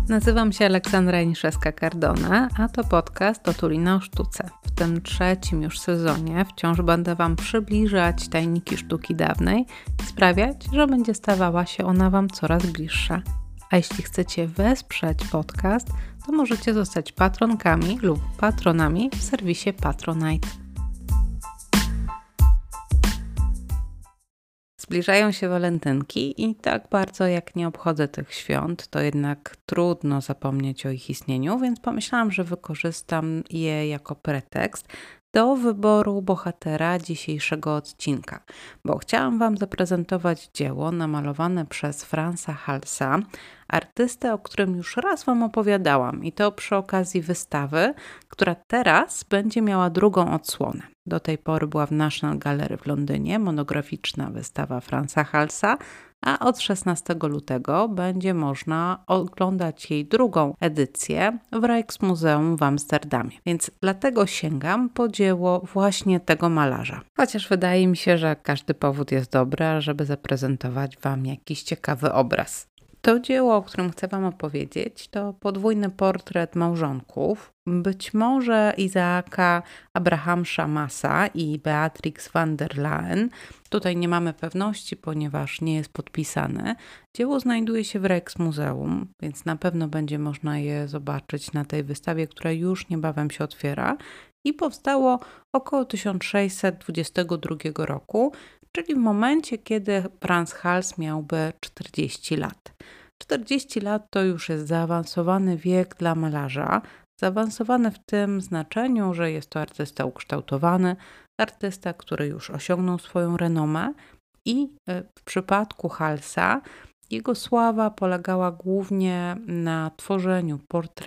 Nazywam się Aleksandra Janiszewska-Cardone, a to podcast Otulina o sztuce. W tym trzecim już sezonie wciąż będę Wam przybliżać tajniki sztuki dawnej i sprawiać, że będzie stawała się ona Wam coraz bliższa. A jeśli chcecie wesprzeć podcast, to możecie zostać patronkami lub patronami w serwisie Patronite. Zbliżają się walentynki i tak bardzo jak nie obchodzę tych świąt, to jednak trudno zapomnieć o ich istnieniu, więc pomyślałam, że wykorzystam je jako pretekst do wyboru bohatera dzisiejszego odcinka, bo chciałam Wam zaprezentować dzieło namalowane przez Franza Halsa, artystę, o którym już raz Wam opowiadałam i to przy okazji wystawy, która teraz będzie miała drugą odsłonę. Do tej pory była w National Gallery w Londynie monograficzna wystawa Franza Halsa, a od 16 lutego będzie można oglądać jej drugą edycję w Rijksmuseum w Amsterdamie. Więc dlatego sięgam po dzieło właśnie tego malarza. Chociaż wydaje mi się, że każdy powód jest dobry, żeby zaprezentować Wam jakiś ciekawy obraz. To dzieło, o którym chcę Wam opowiedzieć, to podwójny portret małżonków, być może Izaaka Abrahamsa Massa i Beatrix van der Laen. Tutaj nie mamy pewności, ponieważ nie jest podpisane. Dzieło znajduje się w Rijksmuseum, więc na pewno będzie można je zobaczyć na tej wystawie, która już niebawem się otwiera i powstało około 1622 roku, czyli w momencie, kiedy Franz Hals miałby 40 lat. 40 lat to już jest zaawansowany wiek dla malarza, zaawansowany w tym znaczeniu, że jest to artysta ukształtowany, artysta, który już osiągnął swoją renomę i w przypadku Halsa jego sława polegała głównie na tworzeniu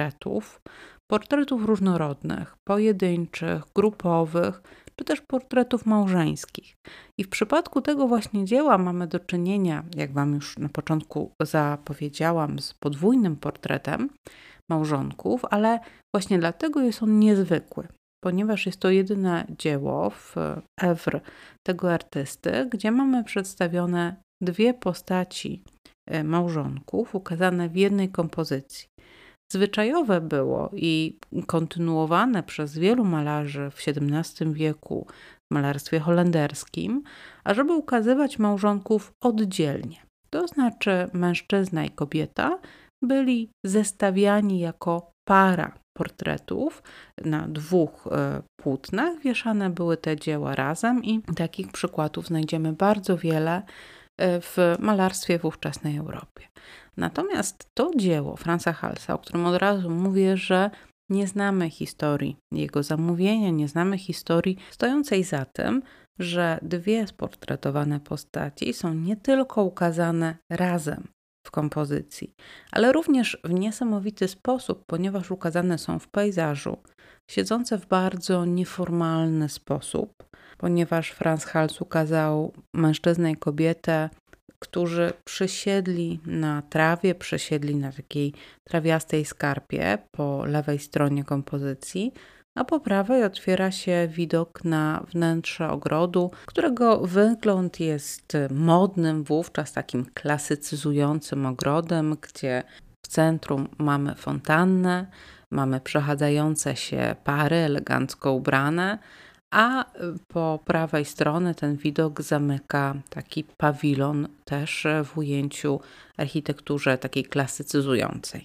portretów różnorodnych, pojedynczych, grupowych, czy też portretów małżeńskich. I w przypadku tego właśnie dzieła mamy do czynienia, jak Wam już na początku zapowiedziałam, z podwójnym portretem małżonków, ale właśnie dlatego jest on niezwykły, ponieważ jest to jedyne dzieło w oeuvre tego artysty, gdzie mamy przedstawione dwie postaci małżonków ukazane w jednej kompozycji. Zwyczajowe było i kontynuowane przez wielu malarzy w XVII wieku w malarstwie holenderskim, ażeby ukazywać małżonków oddzielnie. To znaczy mężczyzna i kobieta byli zestawiani jako para portretów na dwóch płótnach. Wieszane były te dzieła razem i takich przykładów znajdziemy bardzo wiele w malarstwie w ówczesnej Europie. Natomiast to dzieło Franza Halsa, o którym od razu mówię, że nie znamy historii jego zamówienia, nie znamy historii stojącej za tym, że dwie sportretowane postaci są nie tylko ukazane razem w kompozycji, ale również w niesamowity sposób, ponieważ ukazane są w pejzażu, siedzące w bardzo nieformalny sposób, ponieważ Franz Hals ukazał mężczyznę i kobietę, którzy przysiedli na trawie, przysiedli na takiej trawiastej skarpie po lewej stronie kompozycji, a po prawej otwiera się widok na wnętrze ogrodu, którego wygląd jest modnym wówczas takim klasycyzującym ogrodem, gdzie w centrum mamy fontannę, mamy przechadzające się pary elegancko ubrane, a po prawej stronie ten widok zamyka taki pawilon też w ujęciu architekturze takiej klasycyzującej.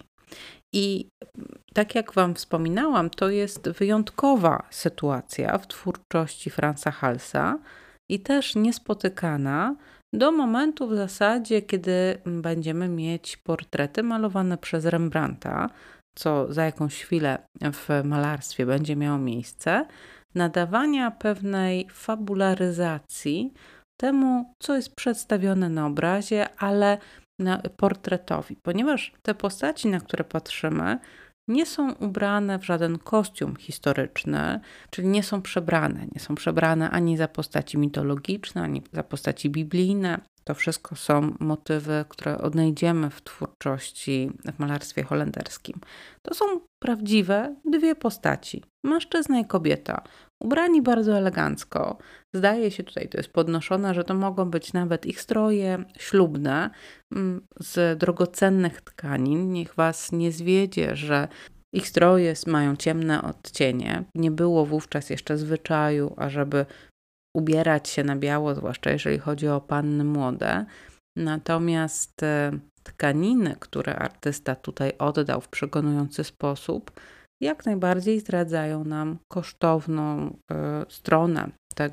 I tak jak Wam wspominałam, to jest wyjątkowa sytuacja w twórczości Franza Halsa i też niespotykana do momentu w zasadzie, kiedy będziemy mieć portrety malowane przez Rembrandta, co za jakąś chwilę w malarstwie będzie miało miejsce, nadawania pewnej fabularyzacji temu, co jest przedstawione na obrazie, ale portretowi, ponieważ te postaci, na które patrzymy, nie są ubrane w żaden kostium historyczny, czyli nie są przebrane ani za postaci mitologiczne, ani za postaci biblijne. To wszystko są motywy, które odnajdziemy w twórczości w malarstwie holenderskim. To są prawdziwe dwie postaci, mężczyzna i kobieta, ubrani bardzo elegancko. Zdaje się, tutaj to jest podnoszone, że to mogą być nawet ich stroje ślubne z drogocennych tkanin. Niech Was nie zwiedzie, że ich stroje mają ciemne odcienie. Nie było wówczas jeszcze zwyczaju, ażeby ubierać się na biało, zwłaszcza jeżeli chodzi o panny młode. Natomiast tkaniny, które artysta tutaj oddał w przekonujący sposób, jak najbardziej zdradzają nam kosztowną stronę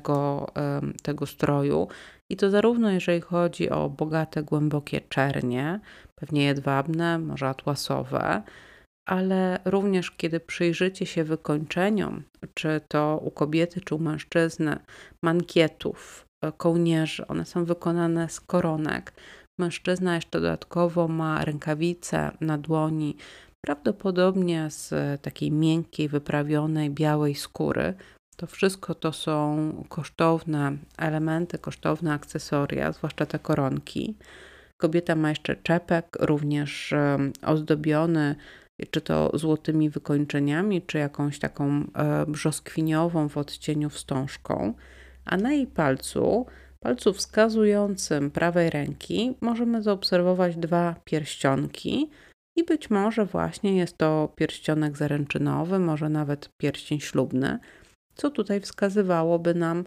tego stroju. I to zarówno jeżeli chodzi o bogate, głębokie czernie, pewnie jedwabne, może atłasowe, ale również kiedy przyjrzycie się wykończeniom, czy to u kobiety, czy u mężczyzny, mankietów, kołnierzy, one są wykonane z koronek. Mężczyzna jeszcze dodatkowo ma rękawice na dłoni, prawdopodobnie z takiej miękkiej, wyprawionej, białej skóry. To wszystko to są kosztowne elementy, kosztowne akcesoria, zwłaszcza te koronki. Kobieta ma jeszcze czepek, również ozdobiony, czy to złotymi wykończeniami, czy jakąś taką brzoskwiniową w odcieniu wstążką. A na jej palcu wskazującym prawej ręki możemy zaobserwować 2 pierścionki i być może właśnie jest to pierścionek zaręczynowy, może nawet pierścień ślubny, co tutaj wskazywałoby nam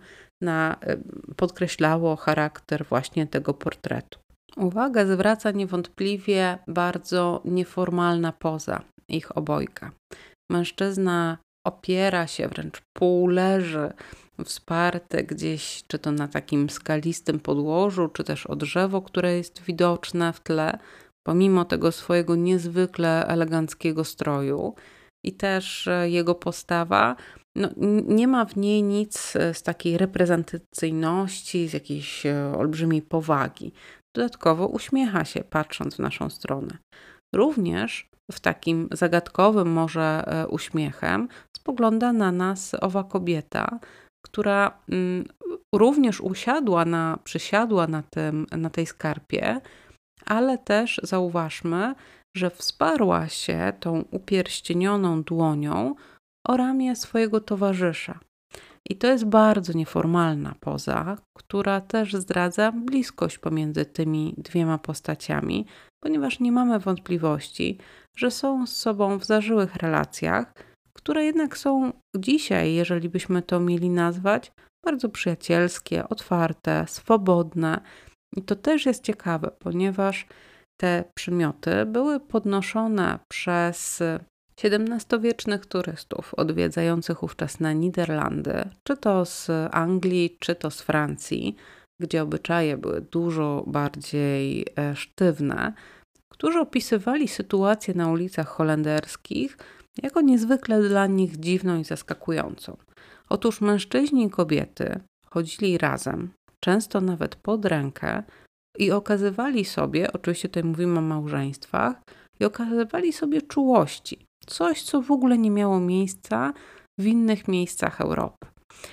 podkreślało charakter właśnie tego portretu. Uwagę zwraca niewątpliwie bardzo nieformalna poza ich obojga. Mężczyzna opiera się, wręcz półleży, wsparty gdzieś, czy to na takim skalistym podłożu, czy też o drzewo, które jest widoczne w tle, pomimo tego swojego niezwykle eleganckiego stroju. I też jego postawa, nie ma w niej nic z takiej reprezentacyjności, z jakiejś olbrzymiej powagi. Dodatkowo uśmiecha się, patrząc w naszą stronę. Również w takim zagadkowym może uśmiechem spogląda na nas owa kobieta, która również przysiadła na tej skarpie, ale też zauważmy, że wsparła się tą upierścienioną dłonią o ramię swojego towarzysza. I to jest bardzo nieformalna poza, która też zdradza bliskość pomiędzy tymi 2 postaciami, ponieważ nie mamy wątpliwości, że są z sobą w zażyłych relacjach, które jednak są dzisiaj, jeżeli byśmy to mieli nazwać, bardzo przyjacielskie, otwarte, swobodne. I to też jest ciekawe, ponieważ te przymioty były podnoszone przez XVII-wiecznych turystów odwiedzających ówczesne Niderlandy, czy to z Anglii, czy to z Francji, gdzie obyczaje były dużo bardziej sztywne, którzy opisywali sytuację na ulicach holenderskich jako niezwykle dla nich dziwną i zaskakującą. Otóż mężczyźni i kobiety chodzili razem, często nawet pod rękę i okazywali sobie, oczywiście tutaj mówimy o małżeństwach, i okazywali sobie czułości. Coś, co w ogóle nie miało miejsca w innych miejscach Europy.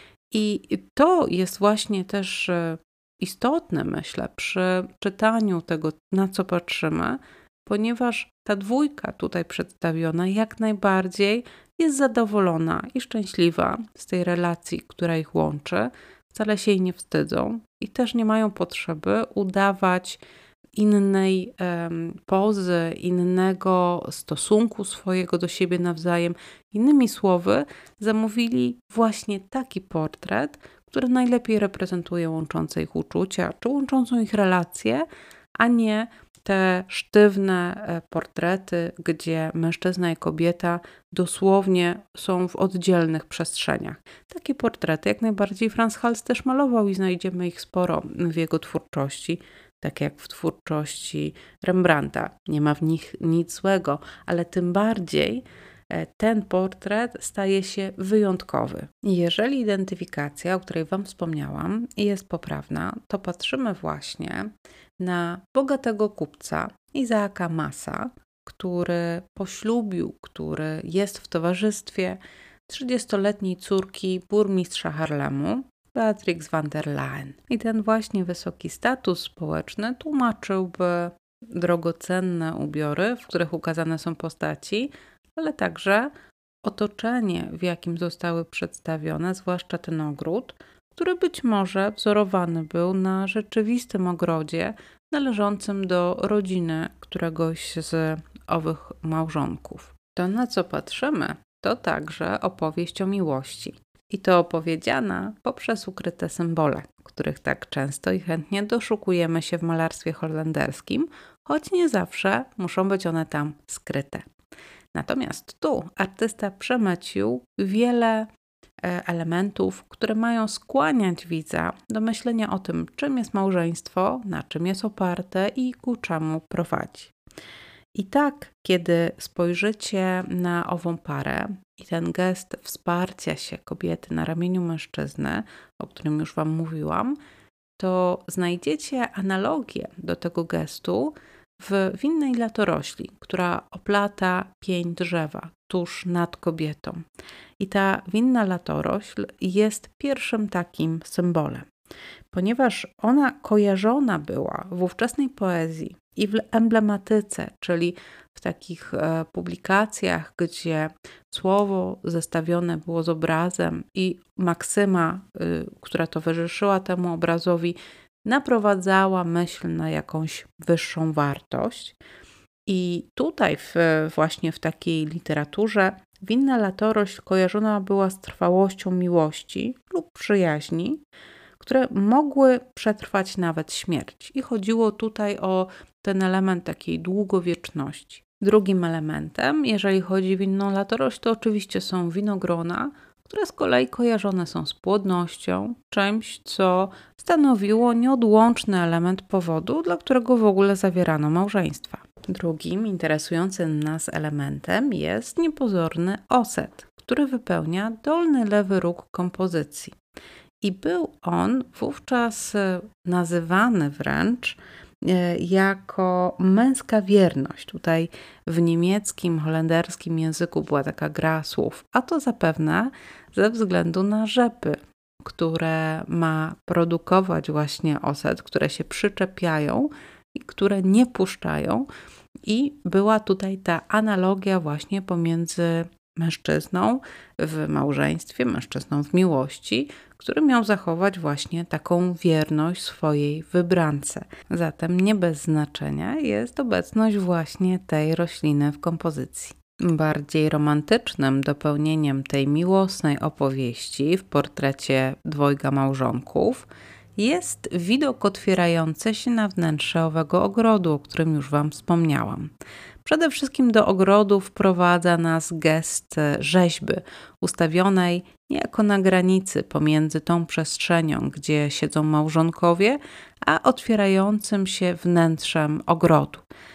I to jest właśnie też istotne, myślę, przy czytaniu tego, na co patrzymy, ponieważ ta dwójka tutaj przedstawiona jak najbardziej jest zadowolona i szczęśliwa z tej relacji, która ich łączy. Wcale się jej nie wstydzą i też nie mają potrzeby udawać innej pozy, innego stosunku swojego do siebie nawzajem. Innymi słowy, zamówili właśnie taki portret, który najlepiej reprezentuje łączące ich uczucia, czy łączącą ich relacje, a nie te sztywne portrety, gdzie mężczyzna i kobieta dosłownie są w oddzielnych przestrzeniach. Takie portrety jak najbardziej Frans Hals też malował i znajdziemy ich sporo w jego twórczości, tak jak w twórczości Rembrandta. Nie ma w nich nic złego, ale tym bardziej ten portret staje się wyjątkowy. Jeżeli identyfikacja, o której Wam wspomniałam, jest poprawna, to patrzymy właśnie na bogatego kupca Isaaca Massa, który poślubił, który jest w towarzystwie 30-letniej córki burmistrza Harlemu, Beatrix van der Leyen. I ten właśnie wysoki status społeczny tłumaczyłby drogocenne ubiory, w których ukazane są postaci, ale także otoczenie, w jakim zostały przedstawione, zwłaszcza ten ogród, który być może wzorowany był na rzeczywistym ogrodzie należącym do rodziny któregoś z owych małżonków. To, na co patrzymy, to także opowieść o miłości. I to opowiedziana poprzez ukryte symbole, których tak często i chętnie doszukujemy się w malarstwie holenderskim, choć nie zawsze muszą być one tam skryte. Natomiast tu artysta przemycił wiele elementów, które mają skłaniać widza do myślenia o tym, czym jest małżeństwo, na czym jest oparte i ku czemu prowadzi. I tak, kiedy spojrzycie na ową parę i ten gest wsparcia się kobiety na ramieniu mężczyzny, o którym już Wam mówiłam, to znajdziecie analogię do tego gestu w winnej latorośli, która oplata pień drzewa tuż nad kobietą. I ta winna latorośl jest pierwszym takim symbolem, ponieważ ona kojarzona była w ówczesnej poezji i w emblematyce, czyli w takich publikacjach, gdzie słowo zestawione było z obrazem i maksyma, która towarzyszyła temu obrazowi, naprowadzała myśl na jakąś wyższą wartość. I tutaj właśnie w takiej literaturze winna latorośl kojarzona była z trwałością miłości lub przyjaźni, które mogły przetrwać nawet śmierć. I chodziło tutaj o ten element takiej długowieczności. Drugim elementem, jeżeli chodzi o winną latorośl, to oczywiście są winogrona, które z kolei kojarzone są z płodnością, czymś, co stanowiło nieodłączny element powodu, dla którego w ogóle zawierano małżeństwa. Drugim interesującym nas elementem jest niepozorny oset, który wypełnia dolny lewy róg kompozycji. I był on wówczas nazywany wręcz jako męska wierność. Tutaj w niemieckim, holenderskim języku była taka gra słów, a to zapewne ze względu na rzepy, które ma produkować właśnie oset, które się przyczepiają i które nie puszczają. I była tutaj ta analogia właśnie pomiędzy mężczyzną w małżeństwie, mężczyzną w miłości, który miał zachować właśnie taką wierność swojej wybrance. Zatem nie bez znaczenia jest obecność właśnie tej rośliny w kompozycji. Bardziej romantycznym dopełnieniem tej miłosnej opowieści w portrecie dwojga małżonków jest widok otwierający się na wnętrze owego ogrodu, o którym już Wam wspomniałam. Przede wszystkim do ogrodu wprowadza nas gest rzeźby, ustawionej niejako na granicy pomiędzy tą przestrzenią, gdzie siedzą małżonkowie, a otwierającym się wnętrzem ogrodu.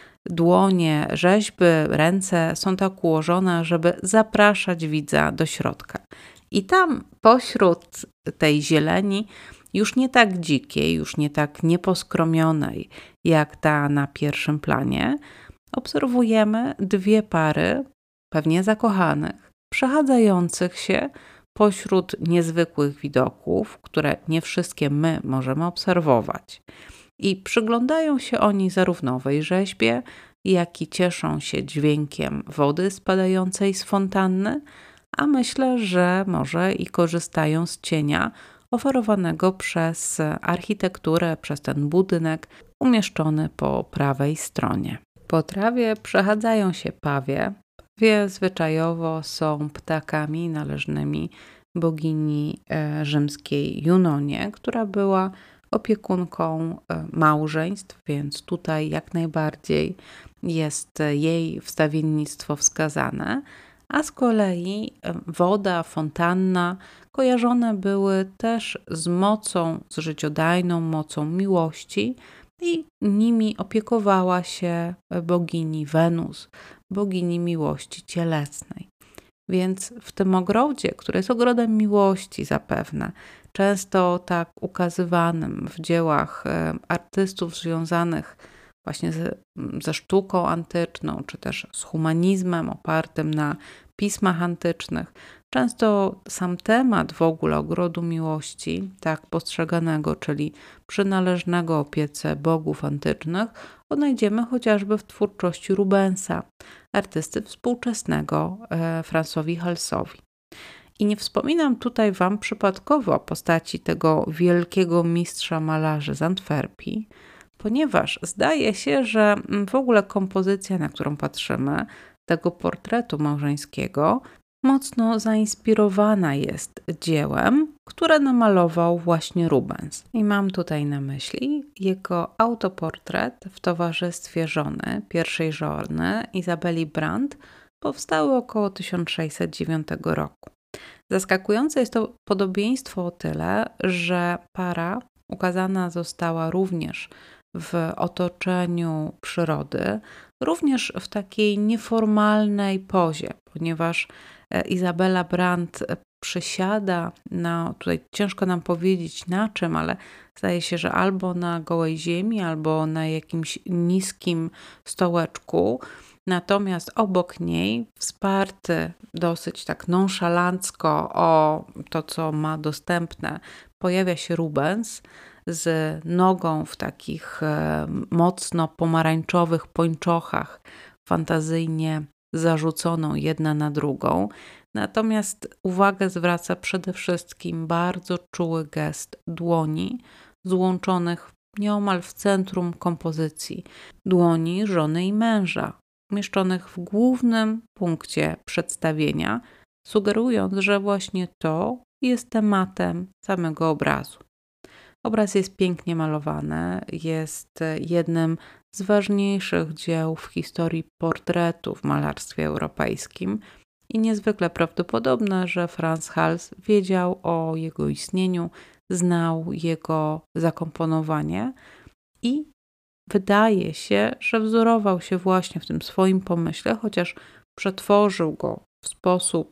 Dłonie rzeźby, ręce są tak ułożone, żeby zapraszać widza do środka. I tam pośród tej zieleni, już nie tak dzikiej, już nie tak nieposkromionej jak ta na pierwszym planie, obserwujemy dwie pary, pewnie zakochanych, przechadzających się pośród niezwykłych widoków, które nie wszystkie my możemy obserwować. I przyglądają się oni zarówno owej rzeźbie, jak i cieszą się dźwiękiem wody spadającej z fontanny, a myślę, że może i korzystają z cienia oferowanego przez architekturę, przez ten budynek umieszczony po prawej stronie. Po trawie przechadzają się pawie. Pawie zwyczajowo są ptakami należnymi bogini rzymskiej Junonie, która była opiekunką małżeństw, więc tutaj jak najbardziej jest jej wstawiennictwo wskazane. A z kolei woda, fontanna kojarzone były też z mocą, z życiodajną mocą miłości i nimi opiekowała się bogini Wenus, bogini miłości cielesnej. Więc w tym ogrodzie, który jest ogrodem miłości zapewne, często tak ukazywanym w dziełach artystów związanych właśnie ze sztuką antyczną, czy też z humanizmem opartym na pismach antycznych, Często sam temat w ogóle ogrodu miłości, tak postrzeganego, czyli przynależnego opiece bogów antycznych, odnajdziemy chociażby w twórczości Rubensa, artysty współczesnego Francowi Halsowi. I nie wspominam tutaj Wam przypadkowo o postaci tego wielkiego mistrza malarzy z Antwerpii, ponieważ zdaje się, że w ogóle kompozycja, na którą patrzymy, tego portretu małżeńskiego, mocno zainspirowana jest dziełem, które namalował właśnie Rubens. I mam tutaj na myśli jego autoportret w towarzystwie żony, pierwszej żony Izabeli Brandt, powstały około 1609 roku. Zaskakujące jest to podobieństwo o tyle, że para ukazana została również w otoczeniu przyrody, również w takiej nieformalnej pozie, ponieważ Izabela Brandt przysiada tutaj ciężko nam powiedzieć na czym, ale zdaje się, że albo na gołej ziemi, albo na jakimś niskim stołeczku. Natomiast obok niej, wsparty dosyć tak nonszalancko o to, co ma dostępne, pojawia się Rubens z nogą w takich mocno pomarańczowych pończochach, fantazyjnie zarzuconą jedna na drugą. Natomiast uwagę zwraca przede wszystkim bardzo czuły gest dłoni złączonych nieomal w centrum kompozycji. Dłoni żony i męża, umieszczonych w głównym punkcie przedstawienia, sugerując, że właśnie to jest tematem samego obrazu. Obraz jest pięknie malowany, jest jednym z ważniejszych dzieł w historii portretu w malarstwie europejskim i niezwykle prawdopodobne, że Franz Hals wiedział o jego istnieniu, znał jego zakomponowanie i wydaje się, że wzorował się właśnie w tym swoim pomyśle, chociaż przetworzył go w sposób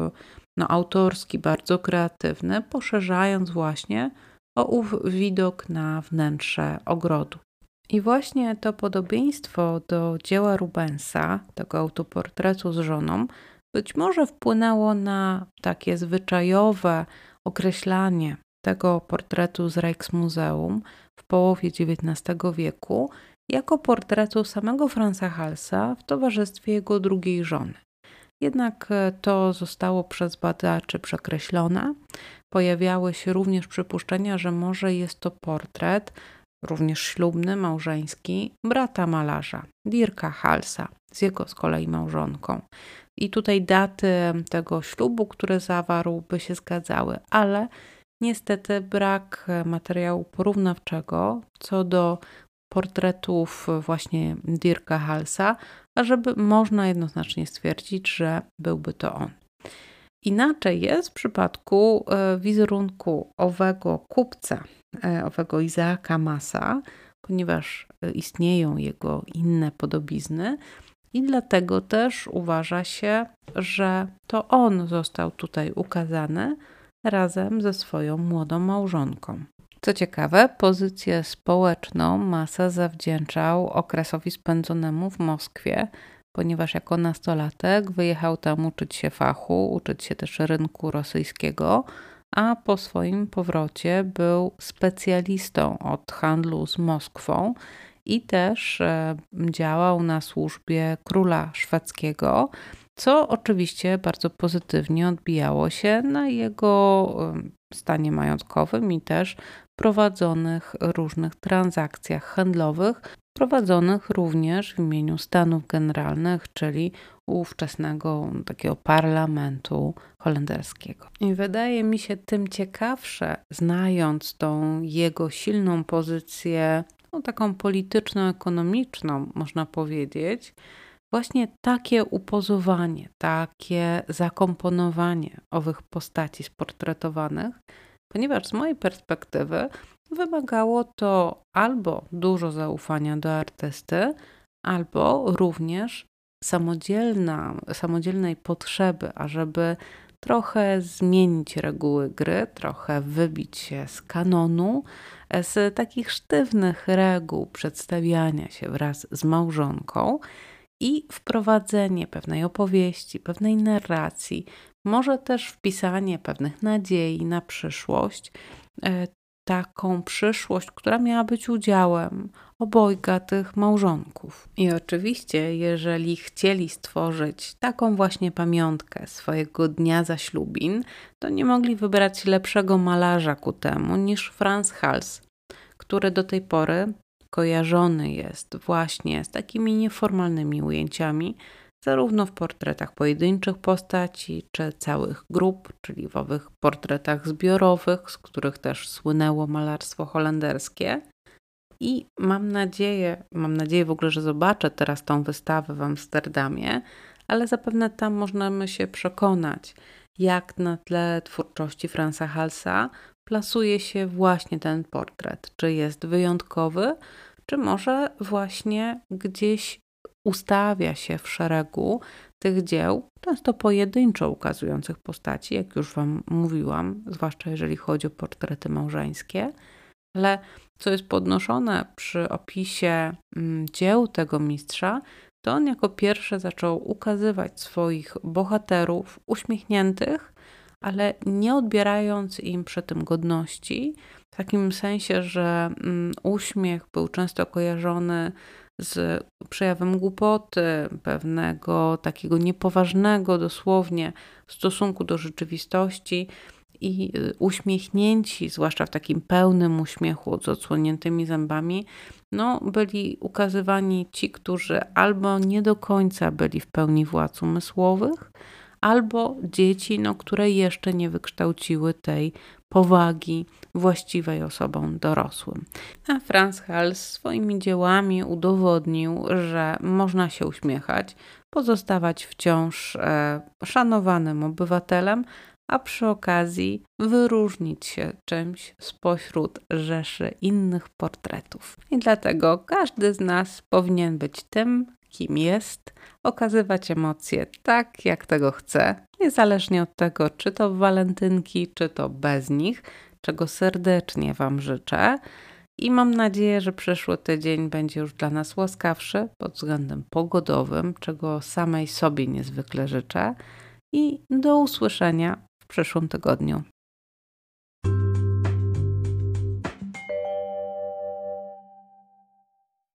autorski, bardzo kreatywny, poszerzając właśnie o ów widok na wnętrze ogrodu. I właśnie to podobieństwo do dzieła Rubensa, tego autoportretu z żoną, być może wpłynęło na takie zwyczajowe określanie tego portretu z Rijksmuseum w połowie XIX wieku jako portretu samego Franza Halsa w towarzystwie jego drugiej żony. Jednak to zostało przez badaczy przekreślone. Pojawiały się również przypuszczenia, że może jest to portret, również ślubny, małżeński, brata malarza, Dirka Halsa, z jego z kolei małżonką. I tutaj daty tego ślubu, które zawarł, by się zgadzały, ale niestety brak materiału porównawczego co do portretów właśnie Dirka Halsa, ażeby można jednoznacznie stwierdzić, że byłby to on. Inaczej jest w przypadku wizerunku owego kupca, owego Izaaka Masa, ponieważ istnieją jego inne podobizny i dlatego też uważa się, że to on został tutaj ukazany razem ze swoją młodą małżonką. Co ciekawe, pozycję społeczną Masa zawdzięczał okresowi spędzonemu w Moskwie, ponieważ jako nastolatek wyjechał tam uczyć się fachu, uczyć się też rynku rosyjskiego, a po swoim powrocie był specjalistą od handlu z Moskwą i też działał na służbie króla szwedzkiego, co oczywiście bardzo pozytywnie odbijało się na jego stanie majątkowym i też prowadzonych różnych transakcjach handlowych, prowadzonych również w imieniu Stanów Generalnych, czyli ówczesnego takiego parlamentu holenderskiego. I wydaje mi się tym ciekawsze, znając tą jego silną pozycję, taką polityczno-ekonomiczną, można powiedzieć, właśnie takie upozowanie, takie zakomponowanie owych postaci sportretowanych, ponieważ z mojej perspektywy wymagało to albo dużo zaufania do artysty, albo również samodzielnej potrzeby, ażeby trochę zmienić reguły gry, trochę wybić się z kanonu, z takich sztywnych reguł przedstawiania się wraz z małżonką i wprowadzenie pewnej opowieści, pewnej narracji, może też wpisanie pewnych nadziei na przyszłość, e, taką przyszłość, która miała być udziałem obojga tych małżonków. I oczywiście, jeżeli chcieli stworzyć taką właśnie pamiątkę swojego dnia zaślubin, to nie mogli wybrać lepszego malarza ku temu niż Frans Hals, który do tej pory kojarzony jest właśnie z takimi nieformalnymi ujęciami, zarówno w portretach pojedynczych postaci, czy całych grup, czyli w owych portretach zbiorowych, z których też słynęło malarstwo holenderskie. I mam nadzieję w ogóle, że zobaczę teraz tą wystawę w Amsterdamie, ale zapewne tam możemy się przekonać, jak na tle twórczości Franza Halsa plasuje się właśnie ten portret. Czy jest wyjątkowy, czy może właśnie gdzieś ustawia się w szeregu tych dzieł, często pojedynczo ukazujących postaci, jak już Wam mówiłam, zwłaszcza jeżeli chodzi o portrety małżeńskie, ale co jest podnoszone przy opisie dzieł tego mistrza, to on jako pierwszy zaczął ukazywać swoich bohaterów uśmiechniętych, ale nie odbierając im przy tym godności, w takim sensie, że uśmiech był często kojarzony z przejawem głupoty, pewnego takiego niepoważnego dosłownie w stosunku do rzeczywistości i uśmiechnięci, zwłaszcza w takim pełnym uśmiechu z odsłoniętymi zębami, no, byli ukazywani ci, którzy albo nie do końca byli w pełni władz umysłowych, albo dzieci, no, które jeszcze nie wykształciły tej powagi właściwej osobom dorosłym. A Frans Hals swoimi dziełami udowodnił, że można się uśmiechać, pozostawać wciąż szanowanym obywatelem, a przy okazji wyróżnić się czymś spośród rzeszy innych portretów. I dlatego każdy z nas powinien być tym, kim jest, okazywać emocje tak, jak tego chce, niezależnie od tego, czy to w walentynki, czy to bez nich, czego serdecznie Wam życzę. I mam nadzieję, że przyszły tydzień będzie już dla nas łaskawszy pod względem pogodowym, czego samej sobie niezwykle życzę. I do usłyszenia w przyszłym tygodniu.